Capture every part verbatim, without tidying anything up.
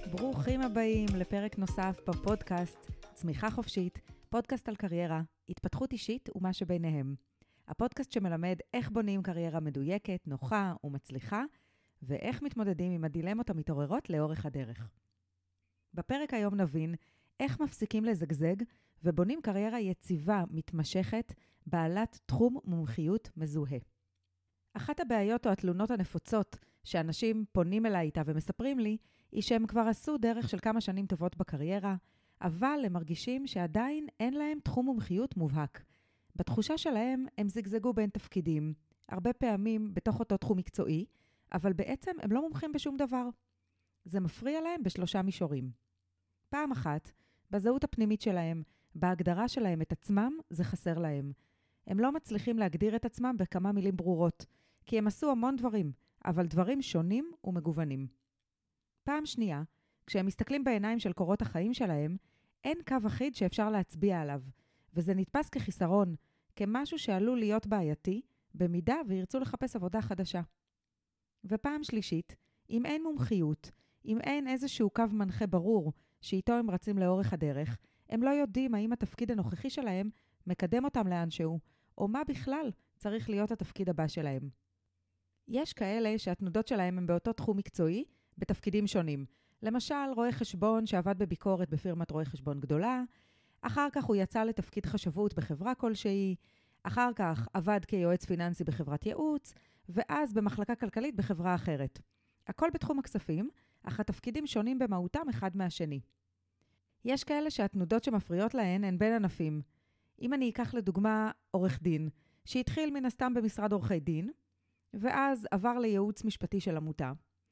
ברוכים הבאים לפרק נוסף בפודקאסט צמיחה חופשית, פודקאסט על קריירה, התפתחות אישית ומה שביניהם. הפודקאסט שמלמד איך בונים קריירה מדויקת, נוחה ומצליחה, ואיך מתמודדים עם הדילמות המתעוררות לאורך הדרך. בפרק היום נבין איך מפסיקים לזגזג ובונים קריירה יציבה, מתמשכת, בעלת תחום מומחיות מזוהה. אחת הבעיות או התלונות הנפוצות שאנשים פונים אליי איתה ומספרים לי, היא שהם כבר עשו דרך של כמה שנים טובות בקריירה, אבל הם מרגישים שעדיין אין להם תחום מומחיות מובהק. בתחושה שלהם הם זגזגו בין תפקידים, הרבה פעמים בתוך אותו תחום מקצועי, אבל בעצם הם לא מומחים בשום דבר. זה מפריע להם בשלושה מישורים. פעם אחת, בזהות הפנימית שלהם, בהגדרה שלהם את עצמם, זה חסר להם. הם לא מצליחים להגדיר את עצמם בכמה מילים ברורות, כי הם עשו המון דברים, אבל דברים שונים ומגוונים. פעם שנייה, כשהם מסתכלים בעיניים של קורות החיים שלהם, אין קו אחיד שאפשר להצביע עליו, וזה נתפס כחיסרון, כמשהו שעלול להיות בעייתי, במידה וירצו לחפש עבודה חדשה. ופעם שלישית, אם אין מומחיות, אם אין איזשהו קו מנחה ברור שאיתו הם רצים לאורך הדרך, הם לא יודעים האם התפקיד הנוכחי שלהם מקדם אותם לאנשהו, או מה בכלל צריך להיות התפקיד הבא שלהם. יש כאלה שהתנודות שלהם הם באותו תחום מקצועי, בתפקידים שונים. למשל, רואה חשבון שעבד בביקורת בפירמת רואה חשבון גדולה, אחר כך הוא יצא לתפקיד חשבות בחברה כלשהי, אחר כך עבד כיועץ פיננסי בחברת ייעוץ, ואז במחלקה כלכלית בחברה אחרת. הכל בתחום הכספים, אך התפקידים שונים במהותם אחד מהשני. יש כאלה שהתנודות שמפריעות להן הן בין ענפים. אם אני אקח לדוגמה עורך דין, שהתחיל מן הסתם במשרד עורכי דין, ואז עבר לייעוץ משפטי של עמותה.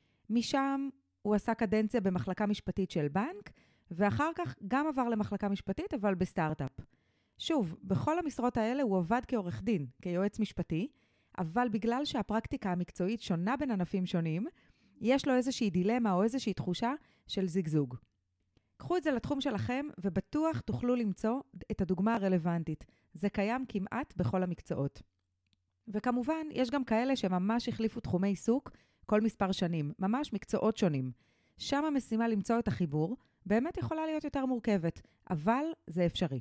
משם הוא עשה קדנציה במחלקה משפטית של בנק, ואחר כך גם עבר למחלקה משפטית, אבל בסטארט-אפ. שוב, בכל המשרות האלה הוא עבד כעורך דין, כיועץ משפטי, אבל בגלל שהפרקטיקה המקצועית שונה בין ענפים שונים, יש לו איזושהי דילמה או איזושהי תחושה של זיגזוג. קחו את זה לתחום שלכם, ובטוח תוכלו למצוא את הדוגמה הרלוונטית. זה קיים כמעט בכל המקצועות. וכמובן, יש גם כאלה שממש החליפו תחומי עיסוק כל מספר שנים, ממש מקצועות שונים. שם המשימה למצוא את החיבור באמת יכולה להיות יותר מורכבת, אבל זה אפשרי.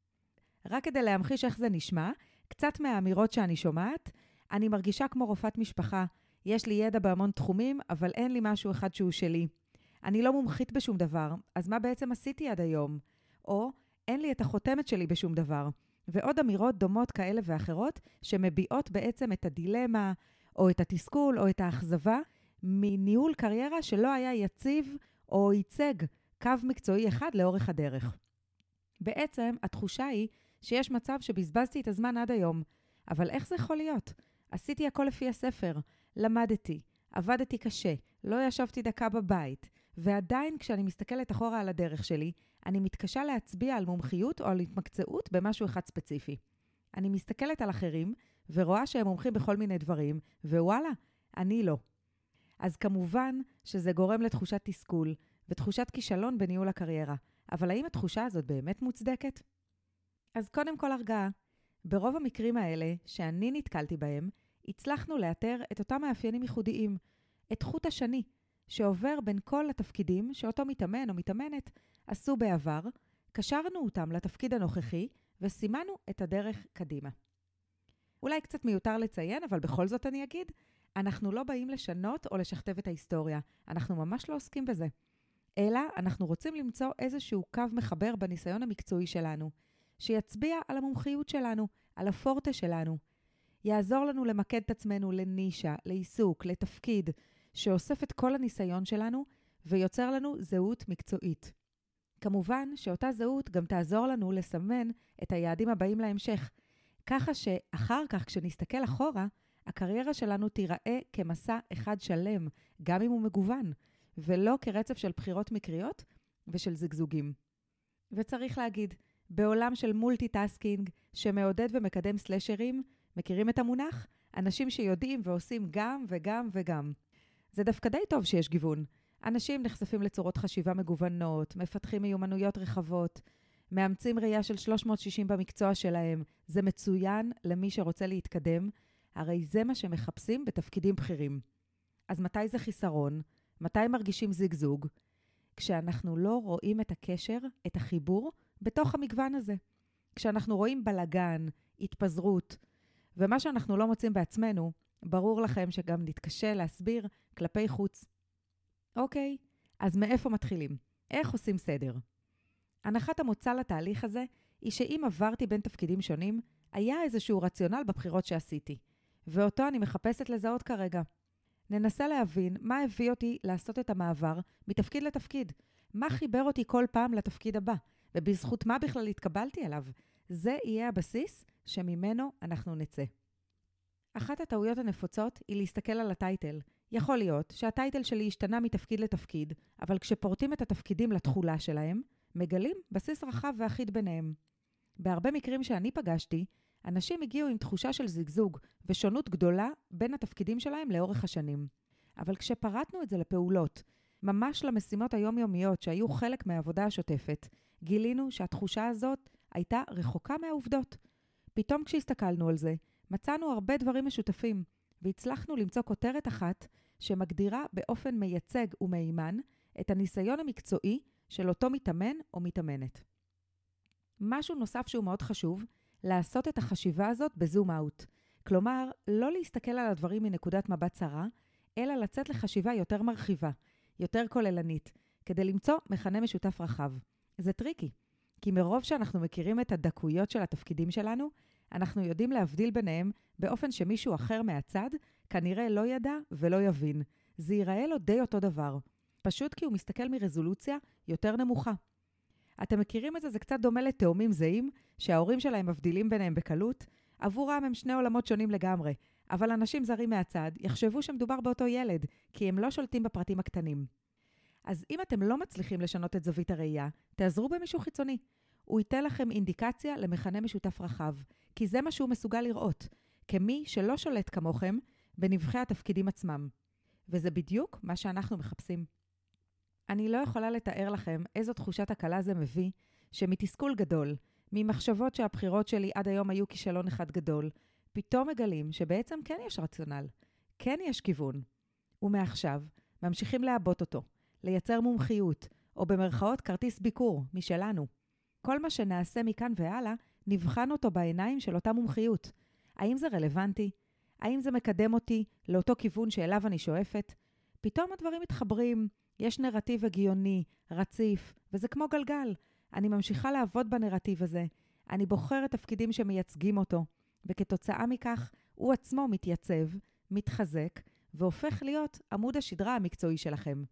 רק כדי להמחיש איך זה נשמע, קצת מהאמירות שאני שומעת, אני מרגישה כמו רופאת משפחה, יש לי ידע בהמון תחומים, אבל אין לי משהו אחד שהוא שלי. אני לא מומחית בשום דבר, אז מה בעצם עשיתי עד היום? או אין לי את החותמת שלי בשום דבר. ועוד אמירות דומות כאלה ואחרות שמביעות בעצם את הדילמה, או את התסכול, או את האכזבה, מניהול קריירה שלא היה יציב או ייצג קו מקצועי אחד לאורך הדרך. בעצם התחושה היא שיש מצב שבזבזתי את הזמן עד היום, אבל איך זה יכול להיות? עשיתי הכל לפי הספר, למדתי, עבדתי קשה, לא ישבתי דקה בבית, ועדיין כשאני מסתכלת אחורה על הדרך שלי, אני מתקשה להצביע על מומחיות או על התמקצעות במשהו אחד ספציפי. אני מסתכלת על אחרים ורואה שהם מומחים בכל מיני דברים, ווואלה, אני לא. אז כמובן שזה גורם לתחושת תסכול ותחושת כישלון בניהול הקריירה, אבל האם התחושה הזאת באמת מוצדקת? אז קודם כל הרגעה, ברוב המקרים האלה שאני נתקלתי בהם, הצלחנו לאתר את אותם מאפיינים ייחודיים, את חוט השני, שעובר בין כל התפקידים שאותו מתאמן או מתאמנת עשו בעבר, קשרנו אותם לתפקיד הנוכחי וסימנו את הדרך קדימה. אולי קצת מיותר לציין, אבל בכל זאת אני אגיד, אנחנו לא באים לשנות או לשכתב את ההיסטוריה, אנחנו ממש לא עוסקים בזה. אלא אנחנו רוצים למצוא איזשהו קו מחבר בניסיון המקצועי שלנו, שיצביע על המומחיות שלנו, על הפורטה שלנו, יעזור לנו למקד את עצמנו לנישה, לעיסוק, לתפקיד, שאוסף את כל הניסיון שלנו ויוצר לנו זהות מקצועית. כמובן שאותה זהות גם תעזור לנו לסמן את היעדים הבאים להמשך, ככה שאחר כך כשנסתכל אחורה, הקריירה שלנו תיראה כמסע אחד שלם, גם אם הוא מגוון, ולא כרצף של בחירות מקריות ושל זגזוגים. וצריך להגיד, בעולם של מולטי-טסקינג שמעודד ומקדם סלשרים, מכירים את המונח? אנשים שיודעים ועושים גם וגם וגם. זה דווקא די טוב שיש גיוון. אנשים נחשפים לצורות חשיבה מגוונות, מפתחים מיומנויות רחבות, מאמצים ראייה של שלוש מאות שישים במקצוע שלהם. זה מצוין למי שרוצה להתקדם, הרי זה מה שמחפשים בתפקידים בכירים. אז מתי זה חיסרון? מתי מרגישים זיגזוג? כשאנחנו לא רואים את הקשר, את החיבור, בתוך המגוון הזה. כשאנחנו רואים בלגן, התפזרות, ומה שאנחנו לא מוצאים בעצמנו, ברור לכם שגם נתקשה להסביר כלפי חוץ. אוקיי, אז מאיפה מתחילים? איך עושים סדר? הנחת המוצא לתהליך הזה היא שאם עברתי בין תפקידים שונים, היה איזשהו רציונל בבחירות שעשיתי, ואותו אני מחפשת לזהות כרגע. ננסה להבין מה הביא אותי לעשות את המעבר מתפקיד לתפקיד, מה חיבר אותי כל פעם לתפקיד הבא, ובזכות מה בכלל התקבלתי אליו. זה יהיה הבסיס שממנו אנחנו נצא. אחת הטעויות הנפוצות היא להסתכל על הטייטל. יכול להיות שהטייטל שלי השתנה מתפקיד לתפקיד, אבל כשפורטים את התפקידים לתחולה שלהם, מגלים בסיס רחב ואחיד ביניהם. בהרבה מקרים שאני פגשתי, אנשים הגיעו עם תחושה של זגזוג ושונות גדולה בין התפקידים שלהם לאורך השנים. אבל כשפרטנו את זה לפעולות, ממש למשימות היומיומיות שהיו חלק מהעבודה השוטפת, גילינו שהתחושה הזאת הייתה רחוקה מהעובדות. פתאום כשהסתכלנו על זה, מצאנו הרבה דברים משותפים, והצלחנו למצוא כותרת אחת שמגדירה באופן מייצג ומהימן את הניסיון המקצועי של אותו מתאמן או מתאמנת. משהו נוסף שהוא מאוד חשוב, לעשות את החשיבה הזאת בזום אאוט. כלומר, לא להסתכל על הדברים מנקודת מבט צרה, אלא לצאת לחשיבה יותר מרחיבה, יותר כוללנית, כדי למצוא מכנה משותף רחב. זה טריקי, כי מרוב שאנחנו מכירים את הדקויות של התפקידים שלנו, אנחנו יודעים להבדיל ביניהם באופן שמישהו אחר מהצד כנראה לא ידע ולא יבין. זה ייראה לו די אותו דבר, פשוט כי הוא מסתכל מרזולוציה יותר נמוכה. אתם מכירים את זה? זה קצת דומה לתאומים זהים, שההורים שלהם מבדילים ביניהם בקלות. עבורם הם שני עולמות שונים לגמרי, אבל אנשים זרים מהצד יחשבו שמדובר באותו ילד, כי הם לא שולטים בפרטים הקטנים. אז אם אתם לא מצליחים לשנות את זווית הראייה, תעזרו במישהו חיצוני. הוא ייתן לכם אינדיקציה למכנה משותף רחב, כי זה מה שהוא מסוגל לראות, כמי שלא שולט כמוכם בנבחי התפקידים עצמם. וזה בדיוק מה שאנחנו מחפשים. אני לא יכולה לתאר לכם איזו תחושת הקלה זה מביא, שמתסכול גדול, ממחשבות שהבחירות שלי עד היום היו כישלון אחד גדול, פתאום מגלים שבעצם כן יש רציונל, כן יש כיוון. ומעכשיו ממשיכים לעבוד אותו, לייצר מומחיות, או במרכאות כרטיס ביקור משלנו. כל מה שנעשה מכאן והלאה, נבחן אותו בעיניים של אותה מומחיות. האם זה רלוונטי? האם זה מקדם אותי לאותו כיוון שאליו אני שואפת? פתאום הדברים מתחברים, יש נרטיב הגיוני, רציף, וזה כמו גלגל. אני ממשיכה לעבוד בנרטיב הזה. אני בוחרת תפקידים שמייצגים אותו, וכתוצאה מכך הוא עצמו מתייצב, מתחזק, והופך להיות עמוד השדרה המקצועי שלכם.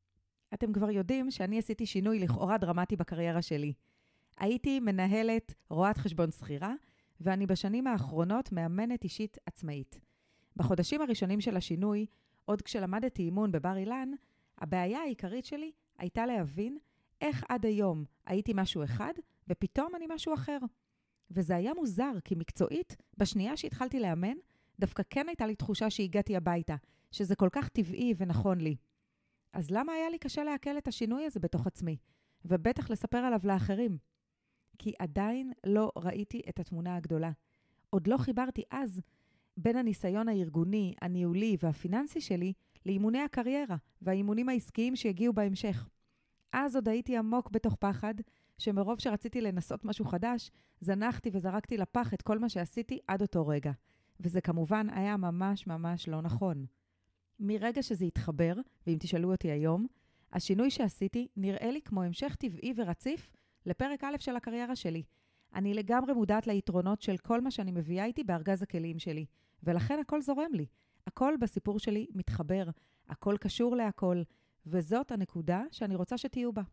אתם כבר יודעים שאני עשיתי שינוי לכאורה דרמטי בקריירה שלי. הייתי מנהלת רואת חשבון שכירה, ואני בשנים האחרונות מאמנת אישית עצמאית. בחודשים הראשונים של השינוי, עוד כשלמדתי אימון בבר אילן, הבעיה העיקרית שלי הייתה להבין איך עד היום הייתי משהו אחד, ופתאום אני משהו אחר. וזה היה מוזר, כי מקצועית, בשנייה שהתחלתי לאמן, דווקא כן הייתה לי תחושה שהגעתי הביתה, שזה כל כך טבעי ונכון לי. אז למה היה לי קשה לעכל את השינוי הזה בתוך עצמי, ובטח לספר עליו לאחרים? כי עדיין לא ראיתי את התמונה הגדולה. עוד לא חיברתי אז בין הניסיון הארגוני, הניהולי והפיננסי שלי לאימוני הקריירה והאימונים העסקיים שהגיעו בהמשך. אז עוד הייתי עמוק בתוך פחד, שמרוב שרציתי לנסות משהו חדש, זנחתי וזרקתי לפח את כל מה שעשיתי עד אותו רגע. וזה כמובן היה ממש ממש לא נכון. מרגע שזה התחבר, ואם תשאלו אותי היום, השינוי שעשיתי נראה לי כמו המשך טבעי ורציף לפרק א' של הקריירה שלי. אני לגמרי מודעת ליתרונות של כל מה שאני מביאה איתי בארגז הכלים שלי, ולכן הכל זורם לי. הכל בסיפור שלי מתחבר, הכל קשור להכל, וזאת הנקודה שאני רוצה שתהיו בה.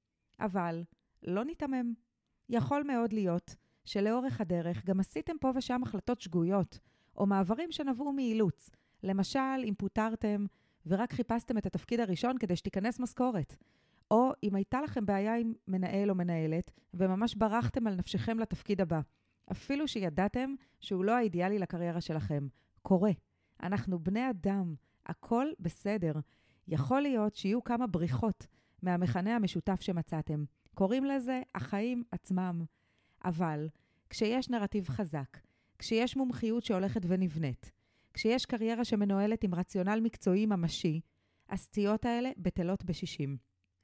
אבל לא ניתמם. יכול מאוד להיות שלאורך הדרך גם עשיתם פה ושם החלטות שגויות, או מעברים שנבעו מאילוץ. למשל, אם פוטרתם ורק חיפשתם את התפקיד הראשון כדי שתיכנס משכורת. או אם הייתה לכם בעיה עם מנהל או מנהלת, וממש ברחתם על נפשכם לתפקיד הבא. אפילו שידעתם שהוא לא האידיאלי לקריירה שלכם. קורה. אנחנו בני אדם. הכל בסדר. יכול להיות שיהיו כמה בריחות מהמכנה המשותף שמצאתם. קוראים לזה החיים עצמם. אבל כשיש נרטיב חזק, כשיש מומחיות שהולכת ונבנית, כשיש קריירה שמנוהלת עם רציונל מקצועי ממשי, הסטיות האלה בטלות בשישים.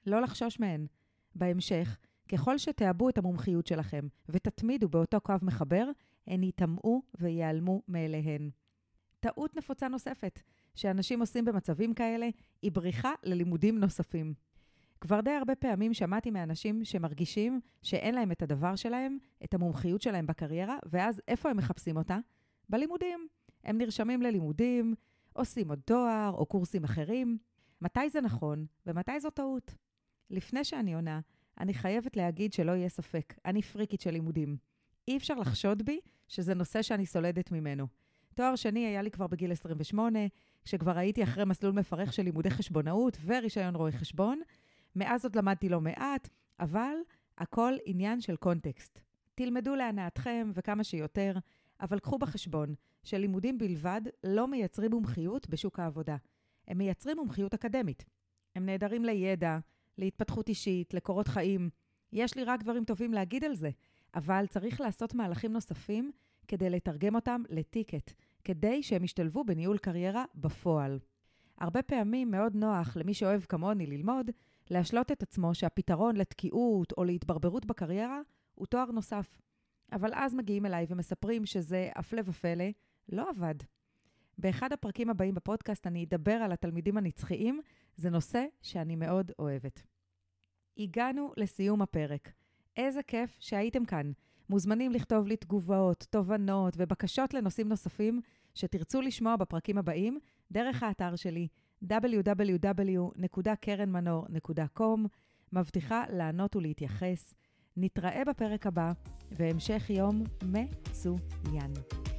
לא לחשוש מהן. בהמשך, ככל שתאבו את המומחיות שלכם ותתמידו באותו קו מחבר, הן יתאמעו ויעלמו מאליהן. טעות נפוצה נוספת שאנשים עושים במצבים כאלה היא בריחה ללימודים נוספים. כבר די הרבה פעמים שמעתי מאנשים שמרגישים שאין להם את הדבר שלהם, את המומחיות שלהם בקריירה, ואז איפה הם מחפשים אותה? בלימודים. הם נרשמים ללימודים, עושים עוד תואר או קורסים אחרים. מתי זה נכון ומתי זו טעות? לפני שאני עונה, אני חייבת להגיד שלא יהיה ספק. אני פריקית של לימודים. אי אפשר לחשוד בי שזה נושא שאני סולדת ממנו. תואר שני היה לי כבר בגיל עשרים ושמונה, כשכבר הייתי אחרי מסלול מפרך של לימודי חשבונאות ורישיון רואי חשבון. מאז עוד למדתי לא מעט, אבל הכל עניין של קונטקסט. תלמדו להנאתכם וכמה שיותר, אבל קחו בחשבון שלימודים בלבד לא מייצרים מומחיות בשוק העבודה. הם מייצרים מומחיות אקדמית. הם נהדרים לידע, להתפתחות אישית, לקורות חיים. יש לי רק דברים טובים להגיד על זה, אבל צריך לעשות מהלכים נוספים כדי לתרגם אותם לטיקט, כדי שהם ישתלבו בניהול קריירה בפועל. הרבה פעמים מאוד נוח למי שאוהב כמוני ללמוד, להשלות את עצמו שהפתרון לתקיעות או להתברברות בקריירה הוא תואר נוסף. אבל אז מגיעים אליי ומספרים שזה הפלא ופלא, לא עבד. באחד הפרקים הבאים בפודקאסט אני אדבר על התלמידים הנצחיים, זה נושא שאני מאוד אוהבת. הגענו לסיום הפרק. איזה כיף שהייתם כאן. מוזמנים לכתוב לי תגובות, תובנות ובקשות לנושאים נוספים שתרצו לשמוע בפרקים הבאים דרך האתר שלי דאבליו דאבליו דאבליו נקודה קרן מנור נקודה קום. מבטיחה לענות ולהתייחס. נתראה בפרק הבא והמשך יום מצוין.